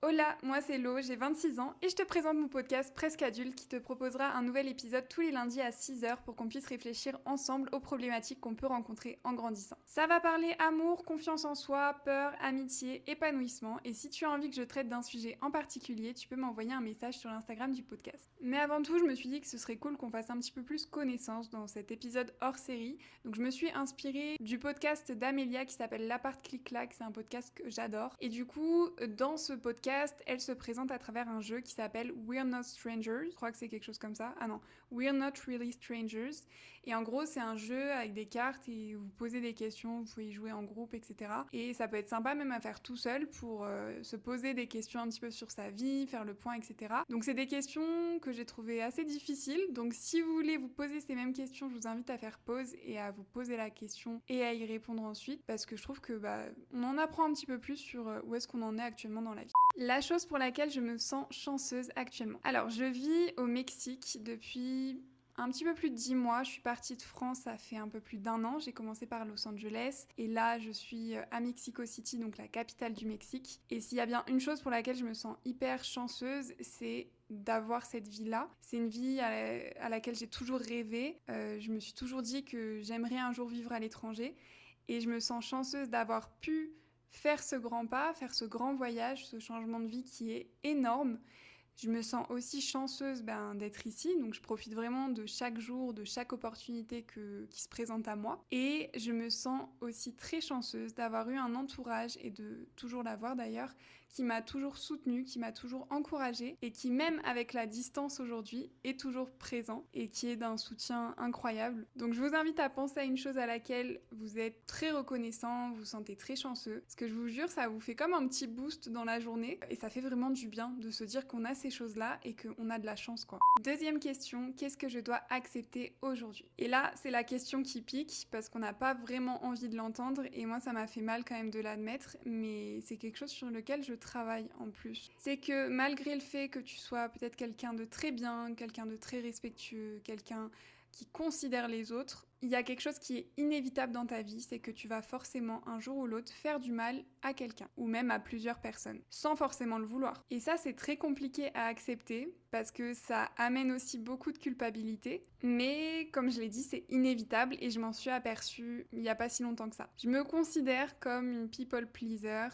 Hola, moi c'est Lo, j'ai 26 ans et je te présente mon podcast Presque Adulte qui te proposera un nouvel épisode tous les lundis à 6h pour qu'on puisse réfléchir ensemble aux problématiques qu'on peut rencontrer en grandissant. Ça va parler amour, confiance en soi, peur, amitié, épanouissement et si tu as envie que je traite d'un sujet en particulier, tu peux m'envoyer un message sur l'Instagram du podcast. Mais avant tout, je me suis dit que ce serait cool qu'on fasse un petit peu plus connaissance dans cet épisode hors série, donc je me suis inspirée du podcast d'Amélia qui s'appelle L'appart clic-clac, c'est un podcast que j'adore et du coup, dans ce podcast, elle se présente à travers un jeu qui s'appelle We're Not Strangers. Je crois que c'est quelque chose comme ça. Ah non, We're Not Really Strangers. Et en gros, c'est un jeu avec des cartes et vous posez des questions, vous pouvez y jouer en groupe, etc. Et ça peut être sympa même à faire tout seul pour se poser des questions un petit peu sur sa vie, faire le point, etc. Donc c'est des questions que j'ai trouvées assez difficiles. Donc si vous voulez vous poser ces mêmes questions, je vous invite à faire pause et à vous poser la question et à y répondre ensuite parce que je trouve que on en apprend un petit peu plus sur où est-ce qu'on en est actuellement dans la vie. La chose pour laquelle je me sens chanceuse actuellement. Alors, je vis au Mexique depuis un petit peu plus de 10 mois. Je suis partie de France, ça fait un peu plus d'1 an. J'ai commencé par Los Angeles et là, je suis à Mexico City, donc la capitale du Mexique. Et s'il y a bien une chose pour laquelle je me sens hyper chanceuse, c'est d'avoir cette vie-là. C'est une vie à laquelle j'ai toujours rêvé. Je me suis toujours dit que j'aimerais un jour vivre à l'étranger et je me sens chanceuse d'avoir pu faire ce grand pas, faire ce grand voyage, ce changement de vie qui est énorme. Je me sens aussi chanceuse d'être ici, donc je profite vraiment de chaque jour, de chaque opportunité qui se présente à moi. Et je me sens aussi très chanceuse d'avoir eu un entourage, et de toujours l'avoir d'ailleurs, qui m'a toujours soutenue, qui m'a toujours encouragée, et qui même avec la distance aujourd'hui est toujours présent, et qui est d'un soutien incroyable. Donc je vous invite à penser à une chose à laquelle vous êtes très reconnaissant, vous vous sentez très chanceux. Parce que je vous jure, ça vous fait comme un petit boost dans la journée, et ça fait vraiment du bien de se dire qu'on a ces choses-là et qu'on a de la chance, quoi. Deuxième question, qu'est-ce que je dois accepter aujourd'hui? Et là, c'est la question qui pique parce qu'on n'a pas vraiment envie de l'entendre et moi, ça m'a fait mal quand même de l'admettre, mais c'est quelque chose sur lequel je travaille en plus. C'est que malgré le fait que tu sois peut-être quelqu'un de très bien, quelqu'un de très respectueux, quelqu'un qui considère les autres, il y a quelque chose qui est inévitable dans ta vie, c'est que tu vas forcément un jour ou l'autre faire du mal à quelqu'un, ou même à plusieurs personnes, sans forcément le vouloir. Et ça, c'est très compliqué à accepter, parce que ça amène aussi beaucoup de culpabilité, mais comme je l'ai dit, c'est inévitable, et je m'en suis aperçue il n'y a pas si longtemps que ça. Je me considère comme une people pleaser,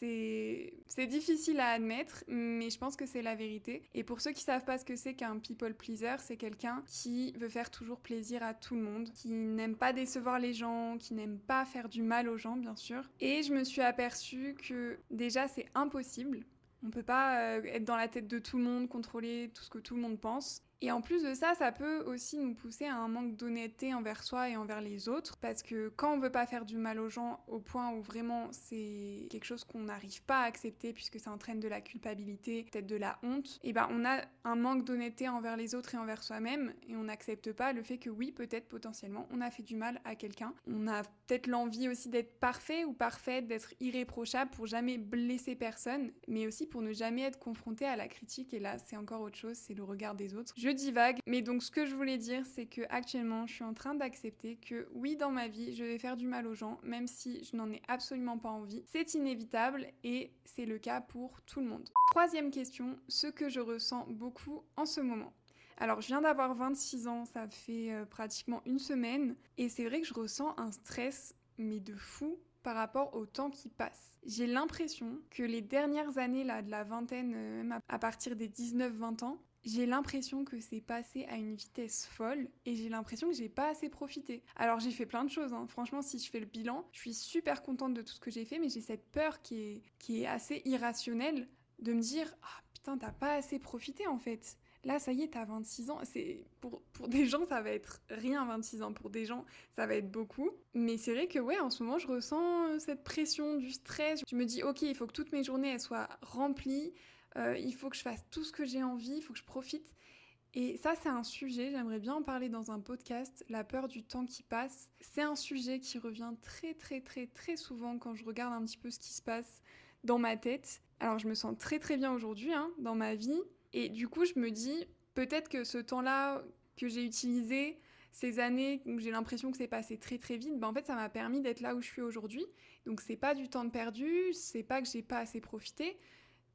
c'est difficile à admettre, mais je pense que c'est la vérité. Et pour ceux qui savent pas ce que c'est qu'un people pleaser, c'est quelqu'un qui veut faire toujours plaisir à tout le monde, qui n'aime pas décevoir les gens, qui n'aime pas faire du mal aux gens, bien sûr. Et je me suis aperçue que déjà, c'est impossible. On peut pas être dans la tête de tout le monde, contrôler tout ce que tout le monde pense. Et en plus de ça, ça peut aussi nous pousser à un manque d'honnêteté envers soi et envers les autres, parce que quand on veut pas faire du mal aux gens au point où vraiment c'est quelque chose qu'on n'arrive pas à accepter puisque ça entraîne de la culpabilité, peut-être de la honte, et on a un manque d'honnêteté envers les autres et envers soi-même, et on n'accepte pas le fait que oui, peut-être potentiellement, on a fait du mal à quelqu'un. On a peut-être l'envie aussi d'être parfait ou parfaite, d'être irréprochable pour jamais blesser personne, mais aussi pour ne jamais être confronté à la critique, et là c'est encore autre chose, c'est le regard des autres. Je divague, mais donc ce que je voulais dire, c'est que actuellement, je suis en train d'accepter que oui, dans ma vie, je vais faire du mal aux gens, même si je n'en ai absolument pas envie. C'est inévitable et c'est le cas pour tout le monde. Troisième question, ce que je ressens beaucoup en ce moment. Alors, je viens d'avoir 26 ans, ça fait pratiquement une semaine, et c'est vrai que je ressens un stress, mais de fou, par rapport au temps qui passe. J'ai l'impression que les dernières années là, de la vingtaine, même à partir des 19-20 ans, j'ai l'impression que c'est passé à une vitesse folle et j'ai l'impression que j'ai pas assez profité. Alors j'ai fait plein de choses, hein. Franchement, si je fais le bilan, je suis super contente de tout ce que j'ai fait, mais j'ai cette peur qui est assez irrationnelle de me dire « Ah putain, t'as pas assez profité en fait ». Là, ça y est, t'as 26 ans. Pour des gens, ça va être rien, 26 ans. Pour des gens, ça va être beaucoup. Mais c'est vrai que, ouais, en ce moment, je ressens cette pression, du stress. Je me dis, ok, il faut que toutes mes journées, elles soient remplies. Il faut que je fasse tout ce que j'ai envie. Il faut que je profite. Et ça, c'est un sujet, j'aimerais bien en parler dans un podcast, la peur du temps qui passe. C'est un sujet qui revient très, très, très, très souvent quand je regarde un petit peu ce qui se passe dans ma tête. Alors, je me sens très, très bien aujourd'hui, dans ma vie. Et du coup, je me dis, peut-être que ce temps-là que j'ai utilisé, ces années où j'ai l'impression que c'est passé très très vite, en fait, ça m'a permis d'être là où je suis aujourd'hui. Donc, c'est pas du temps de perdu, c'est pas que j'ai pas assez profité,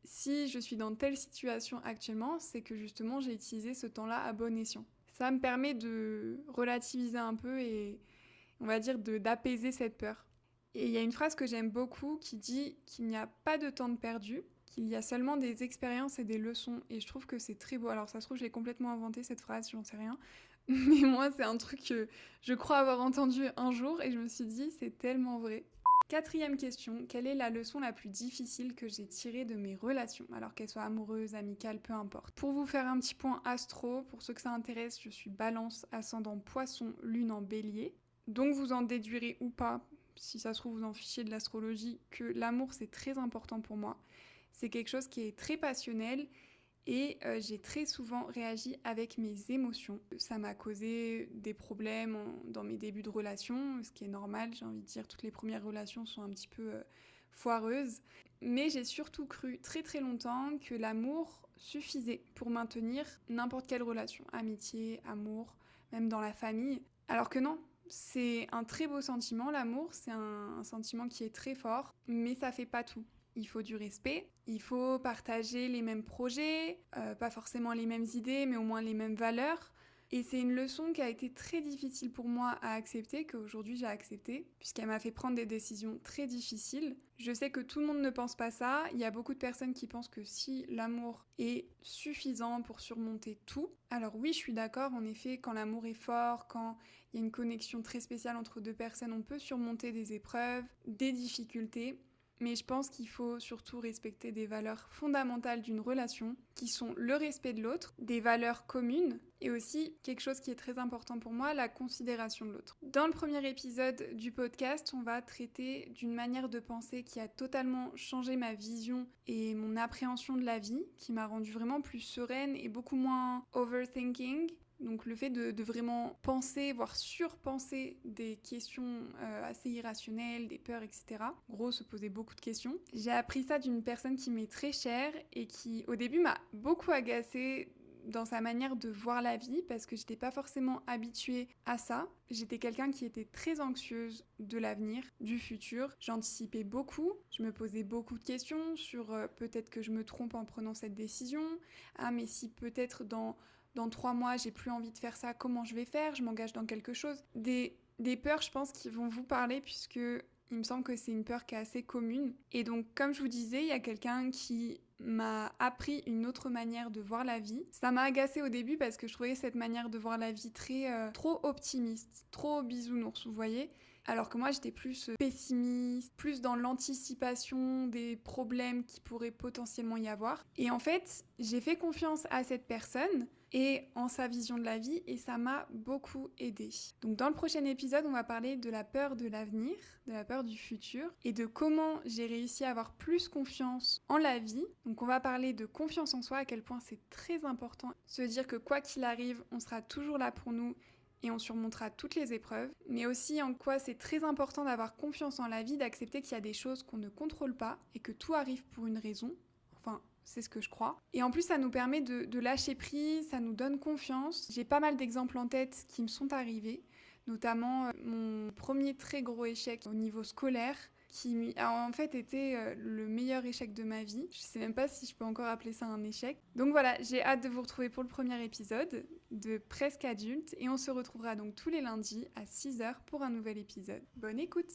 si je suis dans telle situation actuellement, c'est que justement j'ai utilisé ce temps-là à bon escient. Ça me permet de relativiser un peu et on va dire d'apaiser cette peur. Et il y a une phrase que j'aime beaucoup qui dit qu'il n'y a pas de temps de perdu, qu'il y a seulement des expériences et des leçons. Et je trouve que c'est très beau. Alors ça se trouve, je l'ai complètement inventé cette phrase, j'en sais rien. Mais moi, c'est un truc que je crois avoir entendu un jour et je me suis dit, c'est tellement vrai. 4e question, quelle est la leçon la plus difficile que j'ai tirée de mes relations, alors qu'elles soient amoureuses, amicales, peu importe. Pour vous faire un petit point astro, pour ceux que ça intéresse, je suis Balance, ascendant Poisson, Lune en Bélier. Donc vous en déduirez ou pas, si ça se trouve vous en fichez de l'astrologie, que l'amour c'est très important pour moi. C'est quelque chose qui est très passionnel et j'ai très souvent réagi avec mes émotions. Ça m'a causé des problèmes dans mes débuts de relation, ce qui est normal, j'ai envie de dire, toutes les premières relations sont un petit peu foireuses. Mais j'ai surtout cru très très longtemps que l'amour suffisait pour maintenir n'importe quelle relation, amitié, amour, même dans la famille. Alors que non, c'est un très beau sentiment, l'amour, c'est un sentiment qui est très fort, mais ça fait pas tout. Il faut du respect, il faut partager les mêmes projets, pas forcément les mêmes idées, mais au moins les mêmes valeurs. Et c'est une leçon qui a été très difficile pour moi à accepter, qu'aujourd'hui j'ai acceptée, puisqu'elle m'a fait prendre des décisions très difficiles. Je sais que tout le monde ne pense pas ça, il y a beaucoup de personnes qui pensent que si l'amour est suffisant pour surmonter tout, alors oui, je suis d'accord, en effet, quand l'amour est fort, quand il y a une connexion très spéciale entre deux personnes, on peut surmonter des épreuves, des difficultés. Mais je pense qu'il faut surtout respecter des valeurs fondamentales d'une relation, qui sont le respect de l'autre, des valeurs communes, et aussi quelque chose qui est très important pour moi, la considération de l'autre. Dans le premier épisode du podcast, on va traiter d'une manière de penser qui a totalement changé ma vision et mon appréhension de la vie, qui m'a rendue vraiment plus sereine et beaucoup moins overthinking. Donc le fait de vraiment penser, voire surpenser des questions assez irrationnelles, des peurs, etc. En gros, se poser beaucoup de questions. J'ai appris ça d'une personne qui m'est très chère et qui, au début, m'a beaucoup agacée dans sa manière de voir la vie parce que j'étais pas forcément habituée à ça. J'étais quelqu'un qui était très anxieuse de l'avenir, du futur. J'anticipais beaucoup, je me posais beaucoup de questions sur peut-être que je me trompe en prenant cette décision. Ah, mais si peut-être dans 3 mois, j'ai plus envie de faire ça, comment je vais faire? Je m'engage dans quelque chose. Des peurs, je pense, qui vont vous parler puisque il me semble que c'est une peur qui est assez commune. Et donc, comme je vous disais, il y a quelqu'un qui m'a appris une autre manière de voir la vie. Ça m'a agacée au début parce que je trouvais cette manière de voir la vie trop optimiste, trop bisounours, vous voyez. Alors que moi, j'étais plus pessimiste, plus dans l'anticipation des problèmes qui pourraient potentiellement y avoir. Et en fait, j'ai fait confiance à cette personne et en sa vision de la vie et ça m'a beaucoup aidée. Donc dans le prochain épisode, on va parler de la peur de l'avenir, de la peur du futur et de comment j'ai réussi à avoir plus confiance en la vie. Donc on va parler de confiance en soi, à quel point c'est très important. Se dire que quoi qu'il arrive, on sera toujours là pour nous et on surmontera toutes les épreuves, mais aussi en quoi c'est très important d'avoir confiance en la vie, d'accepter qu'il y a des choses qu'on ne contrôle pas et que tout arrive pour une raison. Enfin, c'est ce que je crois. Et en plus, ça nous permet de lâcher prise, ça nous donne confiance. J'ai pas mal d'exemples en tête qui me sont arrivés, notamment mon premier très gros échec au niveau scolaire, qui a en fait été le meilleur échec de ma vie. Je sais même pas si je peux encore appeler ça un échec. Donc voilà, j'ai hâte de vous retrouver pour le premier épisode de Presque Adulte et on se retrouvera donc tous les lundis à 6h pour un nouvel épisode. Bonne écoute!